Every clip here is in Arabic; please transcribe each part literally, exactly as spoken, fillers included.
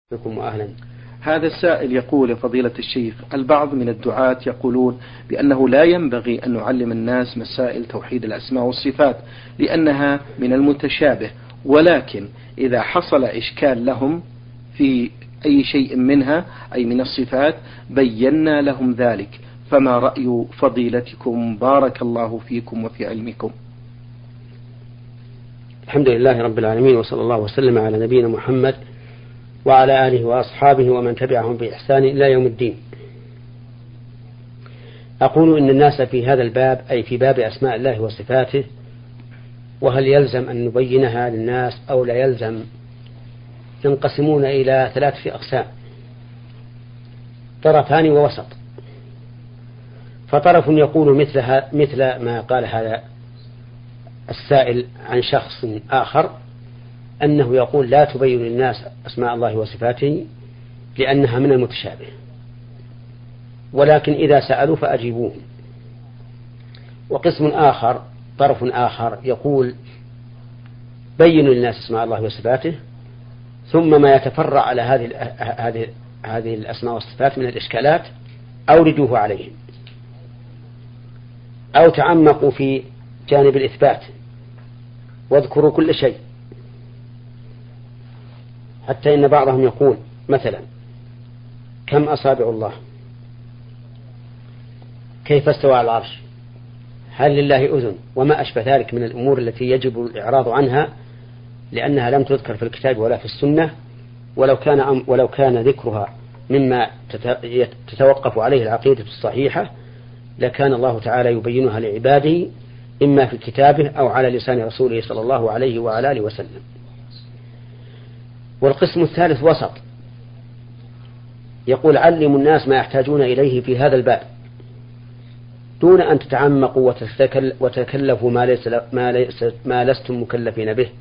بكم وأهلا. هذا السائل يقول: فضيلة الشيخ، البعض من الدعاة يقولون بأنه لا ينبغي أن نعلم الناس مسائل توحيد الأسماء والصفات لأنها من المتشابه، ولكن إذا حصل إشكال لهم في أي شيء منها أي من الصفات بينا لهم ذلك، فما رأي فضيلتكم بارك الله فيكم وفي علمكم؟ الحمد لله رب العالمين، وصلى الله وسلم على نبينا محمد وعلى آله وأصحابه ومن تبعهم بإحسان إلى يوم الدين. أقول إن الناس في هذا الباب أي في باب أسماء الله وصفاته، وهل يلزم أن نبينها للناس أو لا يلزم، ينقسمون إلى ثلاثة أقسام: طرفان ووسط. فطرف يقول مثل, مثل ما قال هذا السائل عن شخص آخر، أنه يقول لا تبين للناس أسماء الله وصفاته لأنها من المتشابه، ولكن إذا سألوا فأجيبوهم. وقسم آخر طرف آخر يقول بينوا للناس أسماء الله وصفاته، ثم ما يتفرع على هذه هذه هذه الأسماء والصفات من الإشكالات أوردوه عليهم، أو تعمقوا في جانب الإثبات واذكروا كل شيء، حتى إن بعضهم يقول مثلا: كم أصابع الله؟ كيف استوى على العرش؟ هل لله أذن؟ وما أشبه ذلك من الأمور التي يجب الإعراض عنها لأنها لم تذكر في الكتاب ولا في السنة، ولو كان ولو كان ذكرها مما تتوقف عليه العقيدة الصحيحة لكان الله تعالى يبينها لعباده إما في كتابه أو على لسان رسوله صلى الله عليه وعلى آله وسلم. والقسم الثالث وسط، يقول علموا الناس ما يحتاجون إليه في هذا الباب دون أن تتعمقوا وتكلفوا ما, ليس ما, ليس ما لستم مكلفين به.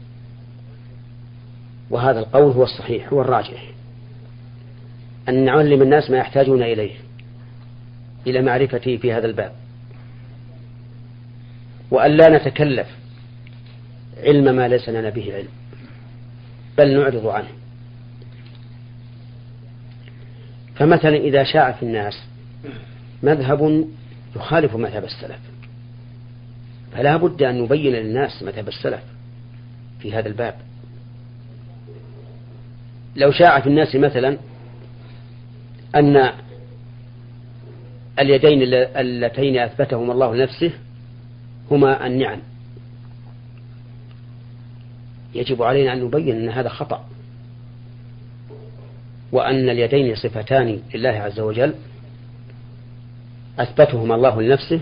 وهذا القول هو الصحيح، هو الراجح، أن نعلم الناس ما يحتاجون إليه إلى معرفته في هذا الباب، وأن لا نتكلف علم ما ليس لنا به علم، بل نعرض عنه. فمثلا إذا شاع في الناس مذهب يخالف مذهب السلف، فلا بد أن نبين للناس مذهب السلف في هذا الباب. لو شاع في الناس مثلا أن اليدين اللتين أثبتهما الله لنفسه هما النعم، يجب علينا أن نبين أن هذا خطأ، وأن اليدين صفتان لله عز وجل أثبتهما الله لنفسه،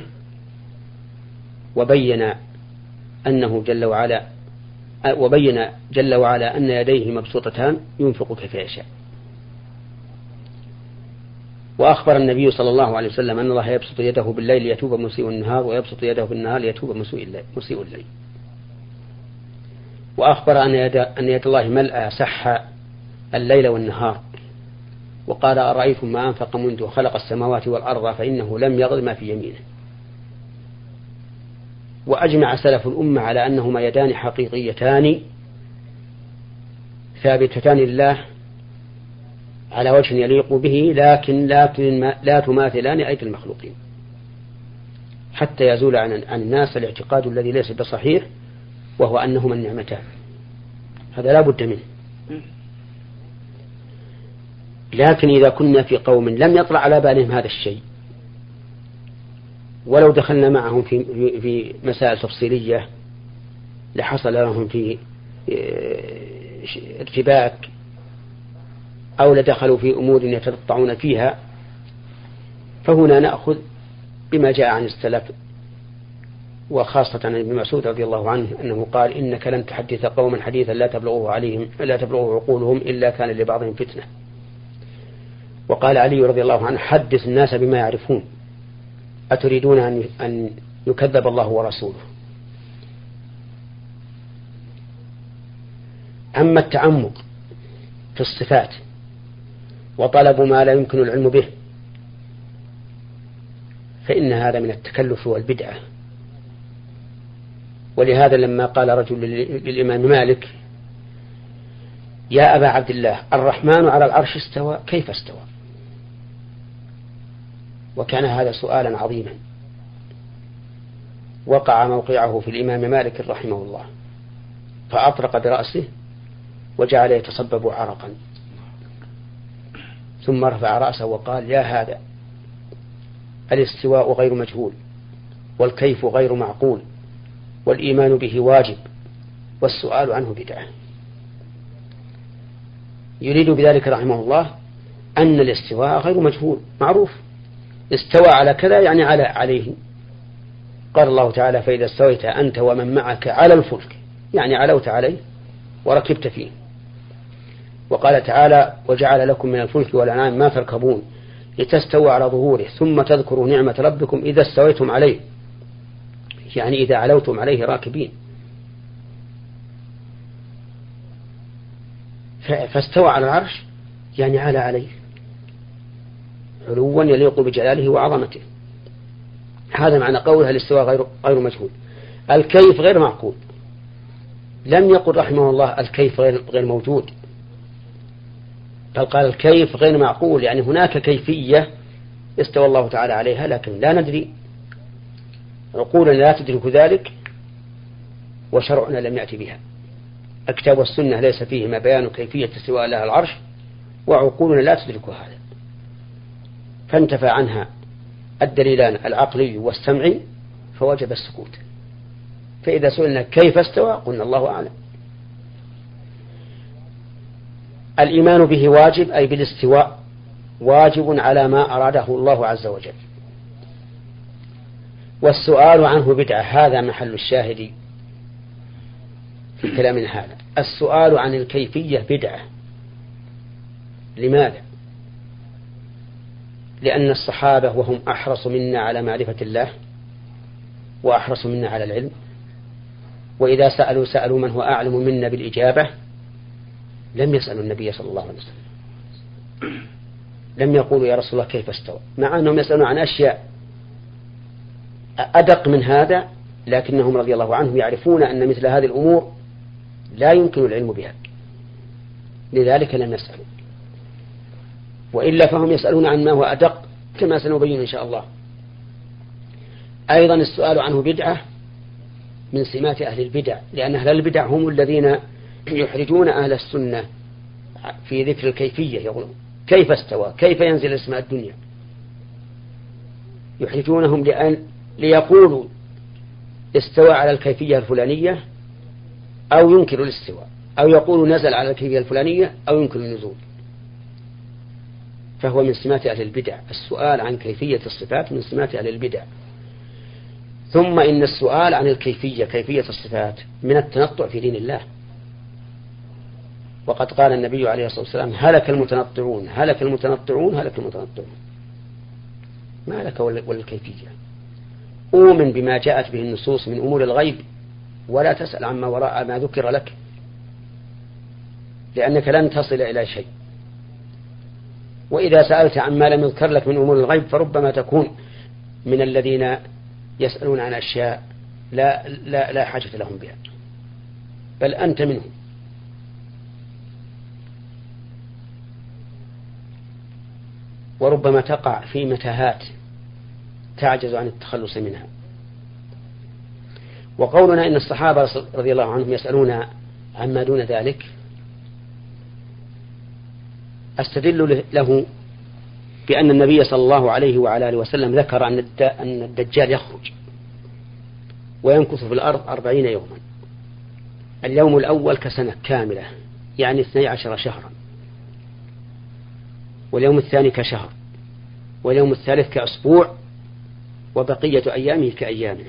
وبين أنه جل وعلا وبين جل وعلا أن يديه مبسوطتان ينفق كيف يشاء. وأخبر النبي صلى الله عليه وسلم أن الله يبسط يده بالليل ليتوب مسيء النهار، ويبسط يده بالنهار ليتوب مسيء الليل. وأخبر أن يد, أن يد الله ملأ سح الليل والنهار، وقال أرأيتم ما أنفق منذ خلق السماوات والأرض فإنه لم يغض ما في يمينه. وأجمع سلف الأمة على أنهما يدان حقيقيتان ثابتتان لله على وجه يليق به، لكن لكن لا تماثلان أيدي المخلوقين، حتى يزول عن الناس الاعتقاد الذي ليس بصحيح، وهو أنهما النعمتان. هذا لا بد منه. لكن إذا كنا في قوم لم يطلع على بالهم هذا الشيء، ولو دخلنا معهم في في مسائل تفصيلية لحصل لهم في ارتباك، أو لدخلوا في أمور يتقطعون فيها، فهنا نأخذ بما جاء عن السلف، وخاصة عن ابن مسعود رضي الله عنه أنه قال: إنك لن تحدث قوما حديثا لا تبلغه عليهم لا تبلغه عقولهم إلا كان لبعضهم فتنة. وقال علي رضي الله عنه: حدث الناس بما يعرفون، أتريدون أن يكذب الله ورسوله. أما التعمق في الصفات وطلب ما لا يمكن العلم به فإن هذا من التكلف والبدعة. ولهذا لما قال رجل للإمام مالك: يا أبا عبد الله الرحمن على العرش استوى كيف استوى؟ وكان هذا سؤالا عظيما وقع موقعه في الإمام مالك رحمه الله، فأطرق برأسه وجعل يتصبب عرقا، ثم رفع رأسه وقال يا هذا الاستواء غير مجهول، والكيف غير معقول، والإيمان به واجب، والسؤال عنه بدعة. يريد بذلك رحمه الله أن الاستواء غير مجهول معروف، استوى على كذا يعني على عليه. قال الله تعالى فإذا استويت أنت ومن معك على الفلك يعني علوت عليه وركبت فيه. وقال تعالى وجعل لكم من الفلك والأنعام ما تركبون لتستووا على ظهوره ثم تذكروا نعمة ربكم إذا استويتم عليه، يعني إذا علوتم عليه راكبين. فاستوى على العرش يعني على عليه علوا يليق بجلاله وعظمته. هذا معنى قولها الاستواء غير غير مجهول. الكيف غير معقول، لم يقل رحمه الله الكيف غير غير موجود، بل قال الكيف غير معقول، يعني هناك كيفية استوى الله تعالى عليها لكن لا ندري، عقولنا لا تدرك ذلك وشرعنا لم يأتي بها. الكتاب والسنة ليس فيهما بيان كيفية استواء الله على العرش، وعقولنا لا تدرك هذا، فانتفى عنها الدليلان العقلي والسمعي فوجب السكوت. فإذا سئلنا كيف استوى قلنا الله أعلم. الإيمان به واجب، أي بالاستواء واجب على ما أراده الله عز وجل. والسؤال عنه بدعة، هذا محل الشاهد في كلامنا هذا. السؤال عن الكيفية بدعة. لماذا؟ لأن الصحابة وهم أحرص منا على معرفة الله وأحرص منا على العلم، وإذا سألوا سألوا من هو أعلم منا بالإجابة، لم يسألوا النبي صلى الله عليه وسلم، لم يقولوا يا رسول الله كيف استوى، مع أنهم يسألون عن أشياء أدق من هذا، لكنهم رضي الله عنهم يعرفون أن مثل هذه الأمور لا يمكن العلم بها، لذلك لم يسألوا. وإلا فهم يسألون عن ما هو أدق كما سنبين إن شاء الله. أيضا السؤال عنه بدعة من سمات أهل البدع، لأن أهل البدع هم الذين يحرجون أهل السنة في ذكر الكيفية، يقولون كيف استوى، كيف ينزل السماء الدنيا، يحرجونهم لأن ليقولوا استوى على الكيفية الفلانية أو ينكر الاستواء، أو يقولوا نزل على الكيفية الفلانية أو ينكر النزول. فهو من سمات أهل البدع، السؤال عن كيفية الصفات من سمات أهل البدع. ثم إن السؤال عن الكيفية كيفية الصفات من التنطع في دين الله، وقد قال النبي عليه الصلاة والسلام هلك المتنطعون هلك المتنطعون هلك المتنطعون. ما لك ولا الكيفية؟ أؤمن بما جاءت به النصوص من أمور الغيب ولا تسأل عما وراء ما ذكر لك، لأنك لن تصل إلى شيء. وإذا سألت عما لم يذكر لك من أمور الغيب فربما تكون من الذين يسألون عن أشياء لا, لا, لا حاجة لهم بها، بل أنت منهم. وربما تقع في متاهات تعجز عن التخلص منها. وقولنا إن الصحابة رضي الله عنهم يسألون عما دون ذلك أستدل له بأن النبي صلى الله عليه وعلى آله وسلم ذكر أن الدجال يخرج ويمكث في الأرض أربعين يوما، اليوم الأول كسنة كاملة يعني اثني عشر شهرا، واليوم الثاني كشهر، واليوم الثالث كأسبوع، وبقية أيامه كأيامه.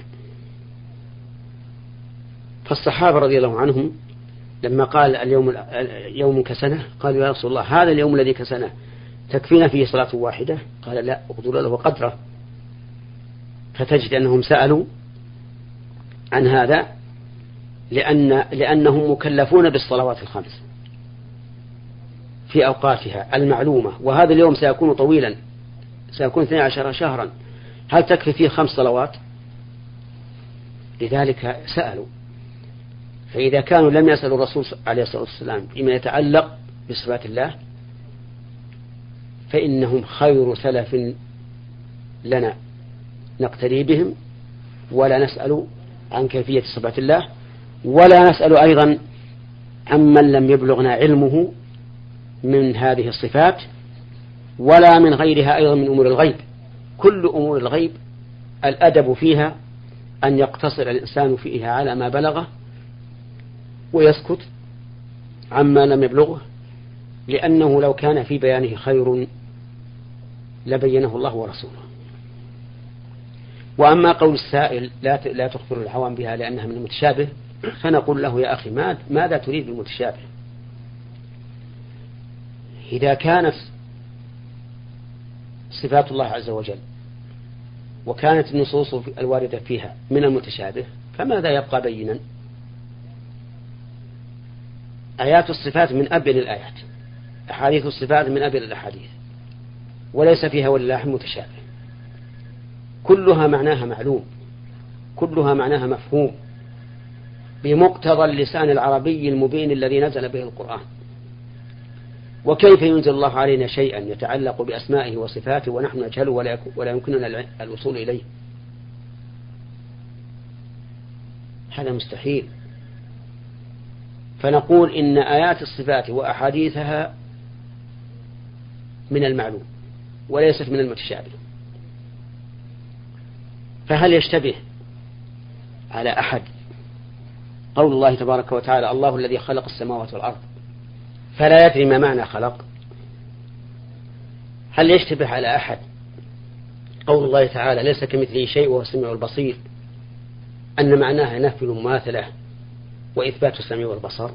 فالصحابة رضي الله عنهم لما قال اليوم يوم كسنة قالوا يا رسول الله هذا اليوم الذي كسنة تكفينا فيه صلاة واحدة؟ قال لا، اقدروا له قدره. فتجد أنهم سألوا عن هذا لأن لأنهم مكلفون بالصلوات الخمس في أوقاتها المعلومة، وهذا اليوم سيكون طويلا، سيكون اثني عشر شهرا، هل تكفي فيه خمس صلوات؟ لذلك سألوا. فإذا كانوا لم يسألوا الرسول عليه الصلاة والسلام فيما يتعلق بصفات الله فإنهم خير سلف لنا نقتدي بهم، ولا نسأل عن كيفية صفات الله، ولا نسأل أيضا عمن لم يبلغنا علمه من هذه الصفات، ولا من غيرها أيضا من أمور الغيب. كل أمور الغيب الأدب فيها أن يقتصر الإنسان فيها على ما بلغه ويسكت عما لم يبلغه، لأنه لو كان في بيانه خير لبينه الله ورسوله. وأما قول السائل لا لا تخبر العوام بها لأنها من المتشابه، فنقول له يا أخي ماذا تريد بالمتشابه؟ إذا كانت صفات الله عز وجل وكانت النصوص الواردة فيها من المتشابه فماذا يبقى بينا؟ آيات الصفات من أبين الآيات، أحاديث الصفات من أبين الأحاديث، وليس فيها ولله متشابه، كلها معناها معلوم، كلها معناها مفهوم بمقتضى اللسان العربي المبين الذي نزل به القرآن. وكيف ينزل الله علينا شيئا يتعلق بأسمائه وصفاته ونحن نجهله ولا يمكننا الوصول إليه؟ هذا مستحيل. فنقول إن آيات الصفات وأحاديثها من المعلوم وليست من المتشابه. فهل يشتبه على أحد قول الله تبارك وتعالى الله الذي خلق السماوات والأرض فلا يدري ما معنى خلق؟ هل يشتبه على أحد قول الله تعالى ليس كمثله شيء وهو السميع البصير أن معناها نفي المماثلة وإثبات السمع والبصر؟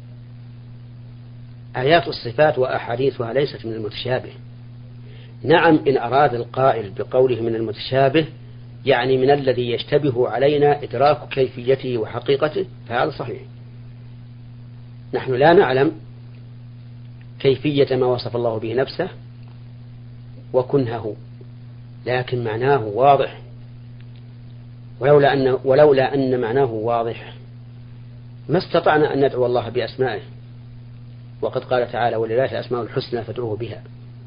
آيات الصفات وأحاديثها ليست من المتشابه. نعم، إن أراد القائل بقوله من المتشابه يعني من الذي يشتبه علينا إدراك كيفيته وحقيقته، فهذا صحيح. نحن لا نعلم كيفية ما وصف الله به نفسه وكنهه، لكن معناه واضح، ولولا أن, ولولا أن معناه واضح ما استطعنا أن ندعو الله بأسمائه، وقد قال تعالى ولله الأسماء الحسنى فادعوه بها.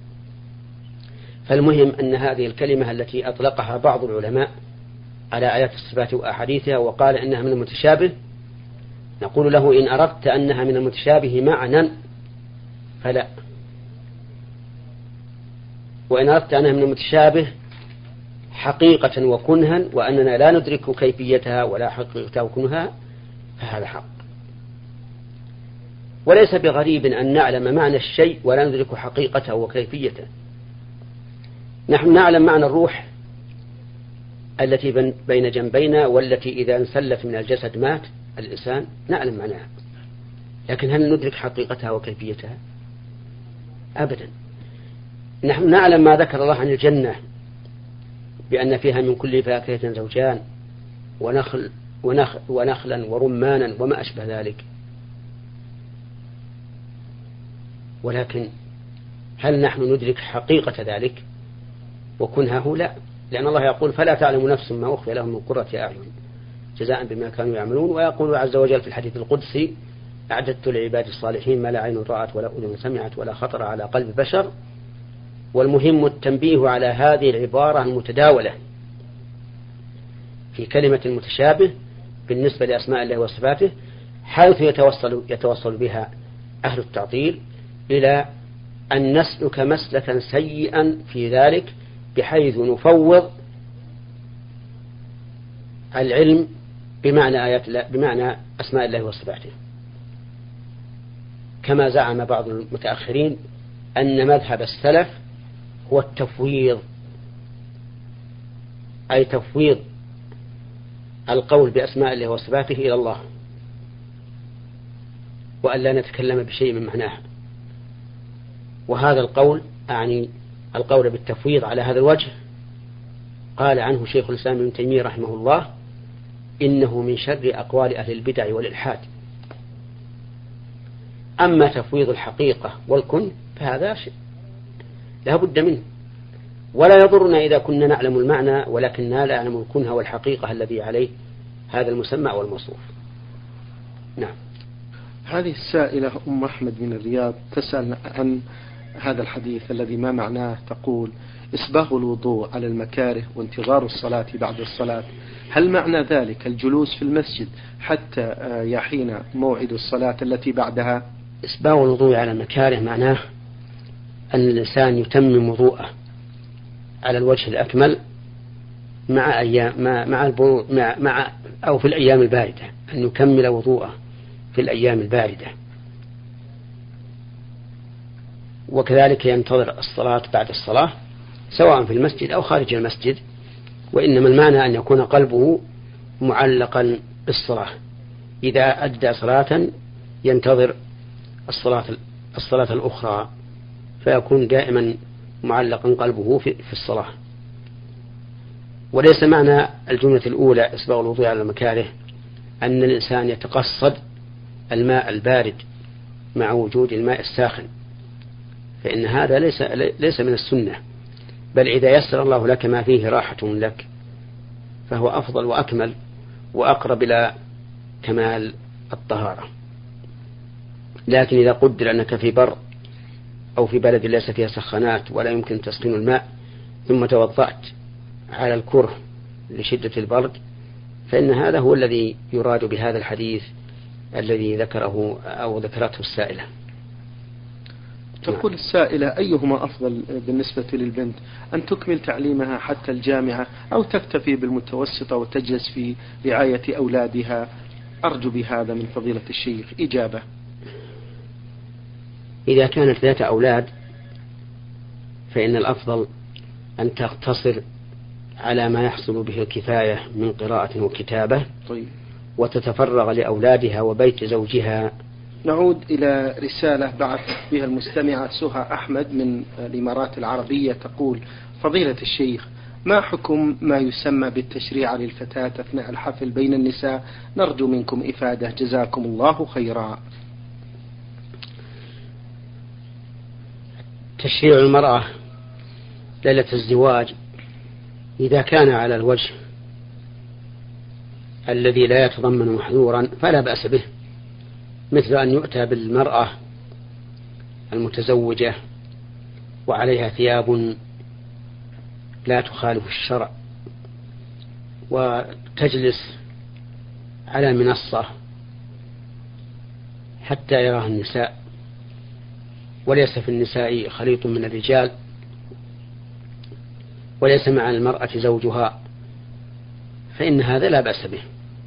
فالمهم أن هذه الكلمة التي أطلقها بعض العلماء على آيات الصفات وأحاديثها وقال إنها من المتشابه، نقول له إن أردت أنها من المتشابه معنى فلا، وإن أردت أنها من المتشابه حقيقة وكنها وأننا لا ندرك كيفيتها ولا حقيقتها وكنها فهذا حق. وليس بغريب أن نعلم معنى الشيء ولا ندرك حقيقته وكيفيته. نحن نعلم معنى الروح التي بين جنبينا والتي إذا انسلت من الجسد مات الإنسان، نعلم معناها، لكن هل ندرك حقيقتها وكيفيتها؟ أبدا. نحن نعلم ما ذكر الله عن الجنة بأن فيها من كل فاكهة زوجان ونخل ونخل ونخلا ورمانا وما أشبه ذلك، ولكن هل نحن ندرك حقيقة ذلك وكنهه؟ لا، لأن الله يقول فلا تعلم نفس ما أخفي لهم من قرة أعين جزاء بما كانوا يعملون. ويقول عز وجل في الحديث القدسي أعددت لعباد الصالحين ما لا عين رأت ولا أذن سمعت ولا خطر على قلب بشر. والمهم التنبيه على هذه العبارة المتداولة في كلمة المتشابه بالنسبة لأسماء الله وصفاته، حيث يتوصل, يتوصل بها أهل التعطيل إلى أن نسلك مسلكا سيئا في ذلك، بحيث نفوض العلم بمعنى آيات الله بمعنى أسماء الله وصفاته، كما زعم بعض المتأخرين أن مذهب السلف هو التفويض، أي تفويض القول بأسماء الله وصفاته إلى الله، وأن لا نتكلم بشيء من معناها. وهذا القول أعني القول بالتفويض على هذا الوجه قال عنه شيخ الإسلام ابن تيمية رحمه الله إنه من شر أقوال أهل البدع والإلحاد. أما تفويض الحقيقة والكن فهذا شيء لا بد منه، ولا يضرنا إذا كنا نعلم المعنى ولكننا لا نعلم الكنه والحقيقة الذي عليه هذا المسمى والموصوف. نعم. هذه السائلة أم أحمد من الرياض تسأل عن هذا الحديث الذي ما معناه، تقول: إسباغ الوضوء على المكاره وانتظار الصلاة بعد الصلاة، هل معنى ذلك الجلوس في المسجد حتى يحين موعد الصلاة التي بعدها؟ إسباغ الوضوء على المكاره معناه أن الإنسان يتمم وضوءه على الوجه الأكمل مع أيام مع مع, مع, مع أو في الأيام الباردة، أن يكمل وضوءه في الأيام الباردة، وكذلك ينتظر الصلاة بعد الصلاة سواء في المسجد أو خارج المسجد، وإنما المعنى أن يكون قلبه معلقا بالصلاة، إذا أدى صلاة ينتظر الصلاة الصلاة الأخرى، فيكون دائما معلقا قلبه في الصلاة. وليس معنى الجملة الأولى إسباغ الوضوء على المكاره أن الإنسان يتقصد الماء البارد مع وجود الماء الساخن، فإن هذا ليس ليس من السنة، بل إذا يسر الله لك ما فيه راحة لك فهو أفضل وأكمل وأقرب إلى كمال الطهارة. لكن إذا قدر أنك في بر أو في بلد ليس فيها سخانات ولا يمكن تسخين الماء ثم توضأت على الكره لشدة البرد، فإن هذا هو الذي يراد بهذا الحديث الذي ذكره أو ذكرته السائلة. تقول السائلة: أيهما أفضل بالنسبة للبنت، أن تكمل تعليمها حتى الجامعة أو تكتفي بالمتوسطة وتجلس في رعاية أولادها؟ أرجو بهذا من فضيلة الشيخ إجابة. إذا كانت ذات أولاد فإن الأفضل أن تقتصر على ما يحصل به الكفاية من قراءة وكتابة. طيب. وتتفرغ لأولادها وبيت زوجها. نعود إلى رسالة بعث بها المستمعة سهى أحمد من الإمارات العربية، تقول: فضيلة الشيخ، ما حكم ما يسمى بالتشريع للفتاة أثناء الحفل بين النساء؟ نرجو منكم إفادة، جزاكم الله خيرا. تشريع المرأة ليلة الزواج إذا كان على الوجه الذي لا يتضمن محذورا فلا بأس به، مثل أن يؤتى بالمرأة المتزوجة وعليها ثياب لا تخالف الشرع وتجلس على منصة حتى يراها النساء، وليس في النساء خليط من الرجال، وليس مع المرأة زوجها، فإن هذا لا بأس به،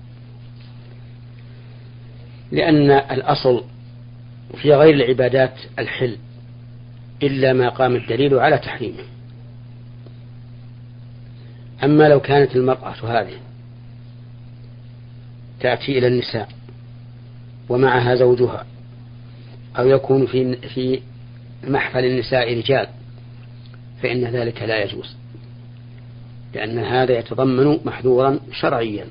لأن الأصل في غير العبادات الحل إلا ما قام الدليل على تحريمه. أما لو كانت المرأة هذه تأتي إلى النساء ومعها زوجها أو يكون في في محفل النساء رجال فإن ذلك لا يجوز، لأن هذا يتضمن محذورا شرعيا.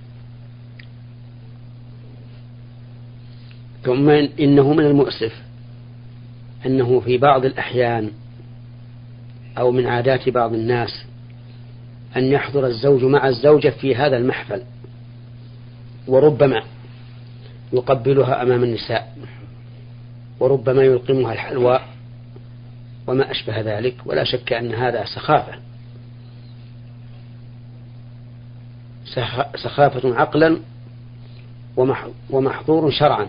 ثم إنه من المؤسف أنه في بعض الأحيان أو من عادات بعض الناس أن يحضر الزوج مع الزوجة في هذا المحفل، وربما يقبلها أمام النساء، وربما يلقمها الحلوى وما أشبه ذلك، ولا شك أن هذا سخافة سخافة عقلا ومحظور شرعا.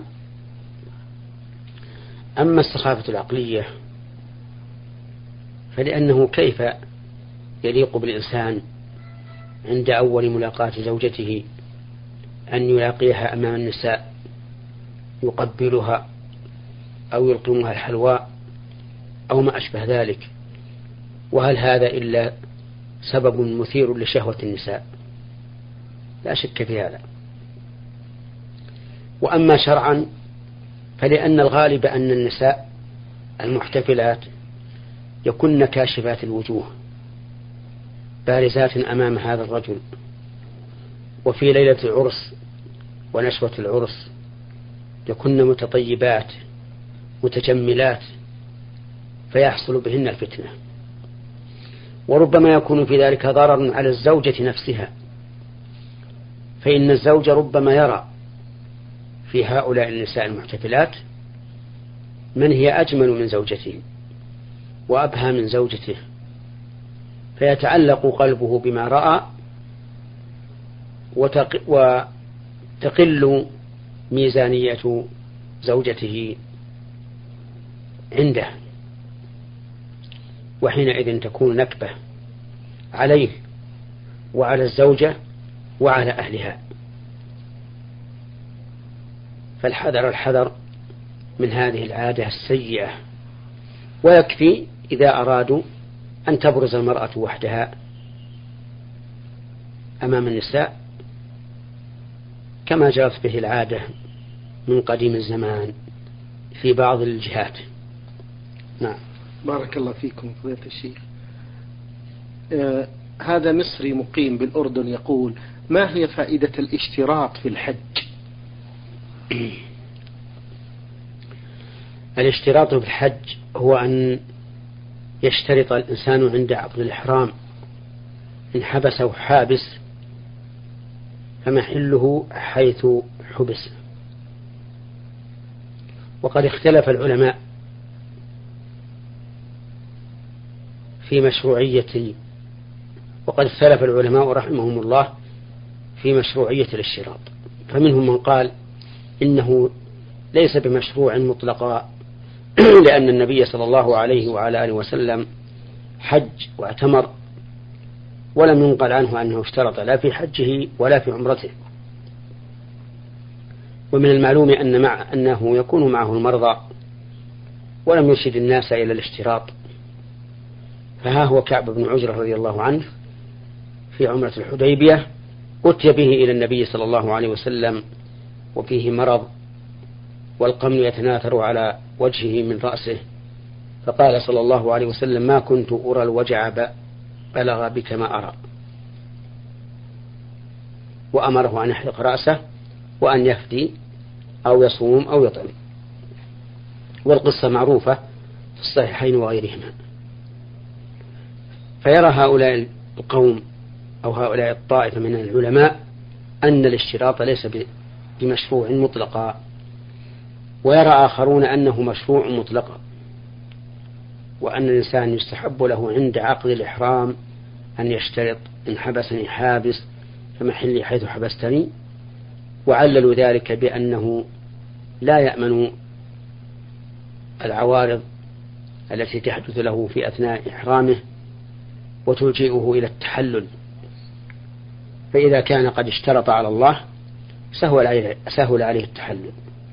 أما السخافة العقلية فلأنه كيف يليق بالإنسان عند أول ملاقاة زوجته أن يلاقيها أمام النساء يقبلها أو يلقمها الحلوى أو ما أشبه ذلك، وهل هذا إلا سبب مثير لشهوة النساء؟ لا شك في هذا. وأما شرعا فلأن الغالب أن النساء المحتفلات يكن كاشفات الوجوه بارزات أمام هذا الرجل، وفي ليلة العرس ونشوة العرس يكن متطيبات متجملات فيحصل بهن الفتنة، وربما يكون في ذلك ضرر على الزوجة نفسها، فإن الزوج ربما يرى في هؤلاء النساء المحتفلات من هي أجمل من زوجته وأبهى من زوجته، فيتعلق قلبه بما رأى وتقل ميزانية زوجته عنده، وحينئذ تكون نكبة عليه وعلى الزوجة وعلى أهلها. فالحذر الحذر من هذه العادة السيئة. ويكفي إذا أرادوا أن تبرز المرأة وحدها أمام النساء كما جرت به العادة من قديم الزمان في بعض الجهات. نعم. بارك الله فيكم فضيلة الشيخ. آه هذا مصري مقيم بالأردن يقول: ما هي فائدة الاشتراط في الحج؟ الاشتراط في الحج هو أن يشترط الإنسان عند عقد الإحرام إن حبسه حابس فمحله حيث حبس. وقد اختلف العلماء في مشروعية وقد اختلف العلماء رحمهم الله في مشروعية الاشتراط، فمنهم من قال إنه ليس بمشروع مطلقا لأن النبي صلى الله عليه وعلى آله وسلم حج واعتمر ولم ينقل عنه أنه اشترط لا في حجه ولا في عمرته. ومن المعلوم أن مع أنه يكون معه المرضى ولم يرشد الناس إلى الاشتراط. فها هو كعب بن عجرة رضي الله عنه في عمرة الحديبية أتي به إلى النبي صلى الله عليه وسلم وفيه مرض والقمل يتناثر على وجهه من رأسه، فقال صلى الله عليه وسلم: ما كنت أرى الوجع بلغ بك ما أرى، وأمره أن يحلق رأسه وأن يفدي أو يصوم أو يطعم. والقصة معروفة في الصحيحين وغيرهما. فيرى هؤلاء القوم أو هؤلاء الطائفة من العلماء أن الاشتراط ليس بمشروع مطلقا، ويرى آخرون أنه مشروع مطلقا، وأن الإنسان يستحب له عند عقد الإحرام أن يشترط: إن حبسني حابس فمحلي حيث حبستني. وعللوا ذلك بأنه لا يأمن العوارض التي تحدث له في أثناء إحرامه وتلجئه إلى التحلل، فإذا كان قد اشترط على الله سهل عليه, سهل عليه التحلل.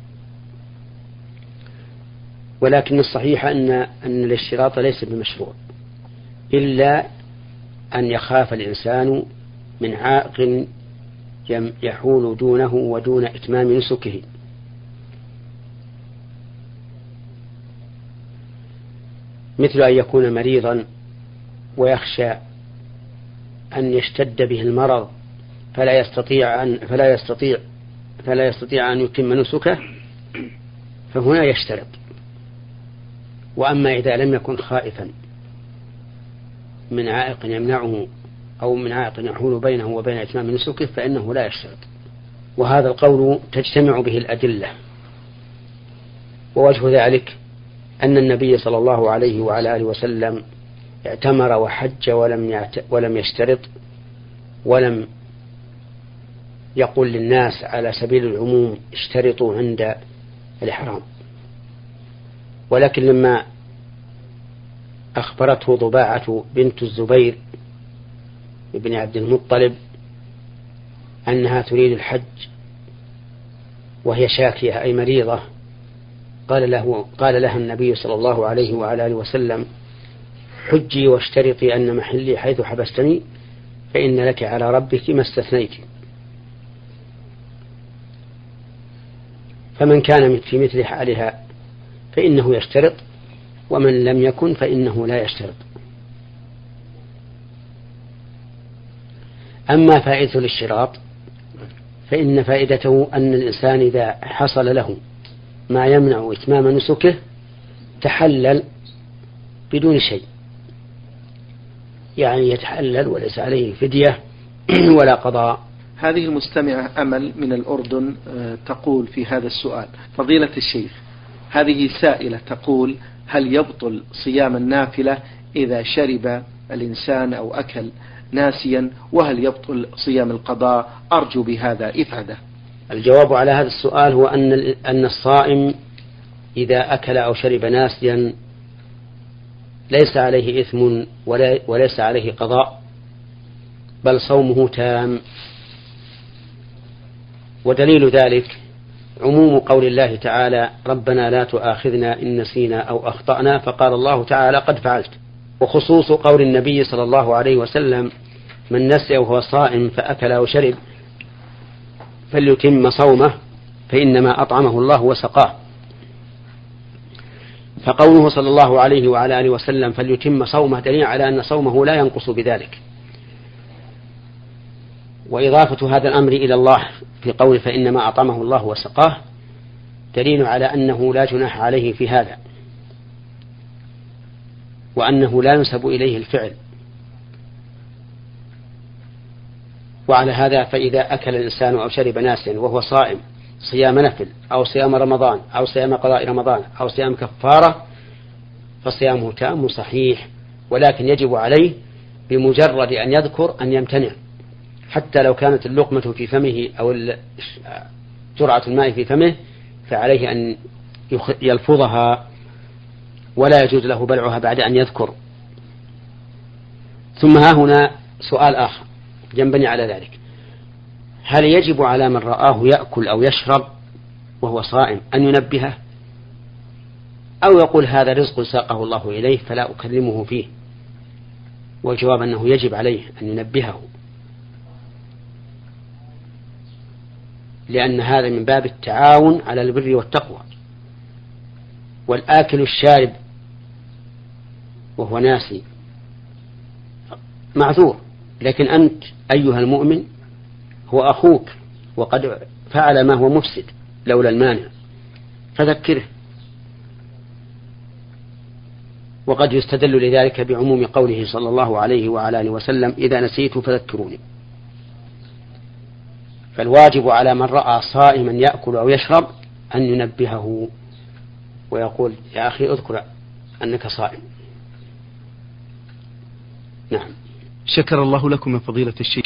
ولكن الصحيح أن, أن الاشتراط ليس بمشروع إلا أن يخاف الإنسان من عائق يحول دونه ودون إتمام نسكه. مثل أن يكون مريضا ويخشى أن يشتد به المرض فلا يستطيع أن فلا يستطيع فلا يستطيع أن يتم نسكه، فهنا يشترط. وأما إذا لم يكن خائفا من عائق يمنعه أو من عائق يحول بينه وبين إتمام نسكه فإنه لا يشترط. وهذا القول تجتمع به الأدلة. ووجه ذلك أن النبي صلى الله عليه وعلى آله وسلم اعتمر وحج ولم ولم يشترط، ولم يقول للناس على سبيل العموم اشترطوا عند الإحرام. ولكن لما أخبرته ضباعة بنت الزبير ابن عبد المطلب أنها تريد الحج وهي شاكية أي مريضة، قال له قال لها النبي صلى الله عليه وعلى آله وسلم: حجي واشترطي أن محلي حيث حبستني فإن لك على ربك ما استثنيت. فمن كان في مثل حالها فإنه يشترط، ومن لم يكن فإنه لا يشترط. أما فائدة الاشتراط فإن فائدته أن الإنسان إذا حصل له ما يمنع إتمام نسكه تحلل بدون شيء، يعني يتحلل وليس عليه فدية ولا قضاء هذه المستمعة أمل من الأردن تقول في هذا السؤال: فضيلة الشيخ، هذه سائلة تقول: هل يبطل صيام النافلة إذا شرب الإنسان أو أكل ناسيا؟ وهل يبطل صيام القضاء؟ أرجو بهذا إفادة. الجواب على هذا السؤال هو أن أن الصائم إذا أكل أو شرب ناسيا ليس عليه إثم وليس عليه قضاء، بل صومه تام. ودليل ذلك عموم قول الله تعالى: ربنا لا تؤاخذنا إن نسينا أو أخطأنا، فقال الله تعالى: قد فعلت. وخصوص قول النبي صلى الله عليه وسلم: من نسي وهو صائم فأكل أو شرب فليتم صومه فإنما أطعمه الله وسقاه. فقوله صلى الله عليه وعلى آله وسلم فليتم صومه دليل على أن صومه لا ينقص بذلك. وإضافة هذا الأمر إلى الله في قول فإنما أطعمه الله وسقاه دليل على أنه لا جناح عليه في هذا، وأنه لا ينسب إليه الفعل. وعلى هذا فإذا أكل الإنسان أو شرب ناسيا وهو صائم صيام نفل أو صيام رمضان أو صيام قضاء رمضان أو صيام كفارة فصيامه تام صحيح، ولكن يجب عليه بمجرد أن يذكر أن يمتنع، حتى لو كانت اللقمة في فمه أو جرعة الماء في فمه فعليه أن يلفظها ولا يجوز له بلعها بعد أن يذكر. ثم ها هنا سؤال آخر جنبني على ذلك: هل يجب على من رآه يأكل أو يشرب وهو صائم أن ينبهه، أو يقول هذا رزق ساقه الله إليه فلا أكلمه فيه؟ والجواب أنه يجب عليه أن ينبهه، لأن هذا من باب التعاون على البر والتقوى. والآكل الشارب وهو ناسي معذور، لكن أنت أيها المؤمن هو أخوك وقد فعل ما هو مفسد لولا المانع فذكره. وقد يستدل لذلك بعموم قوله صلى الله عليه وعلى آله وسلم: إذا نسيت فذكروني. فالواجب على من رأى صائما يأكل أو يشرب أن ينبهه ويقول: يا أخي اذكر أنك صائم. نعم. شكر الله لكم من فضيلة الشيخ.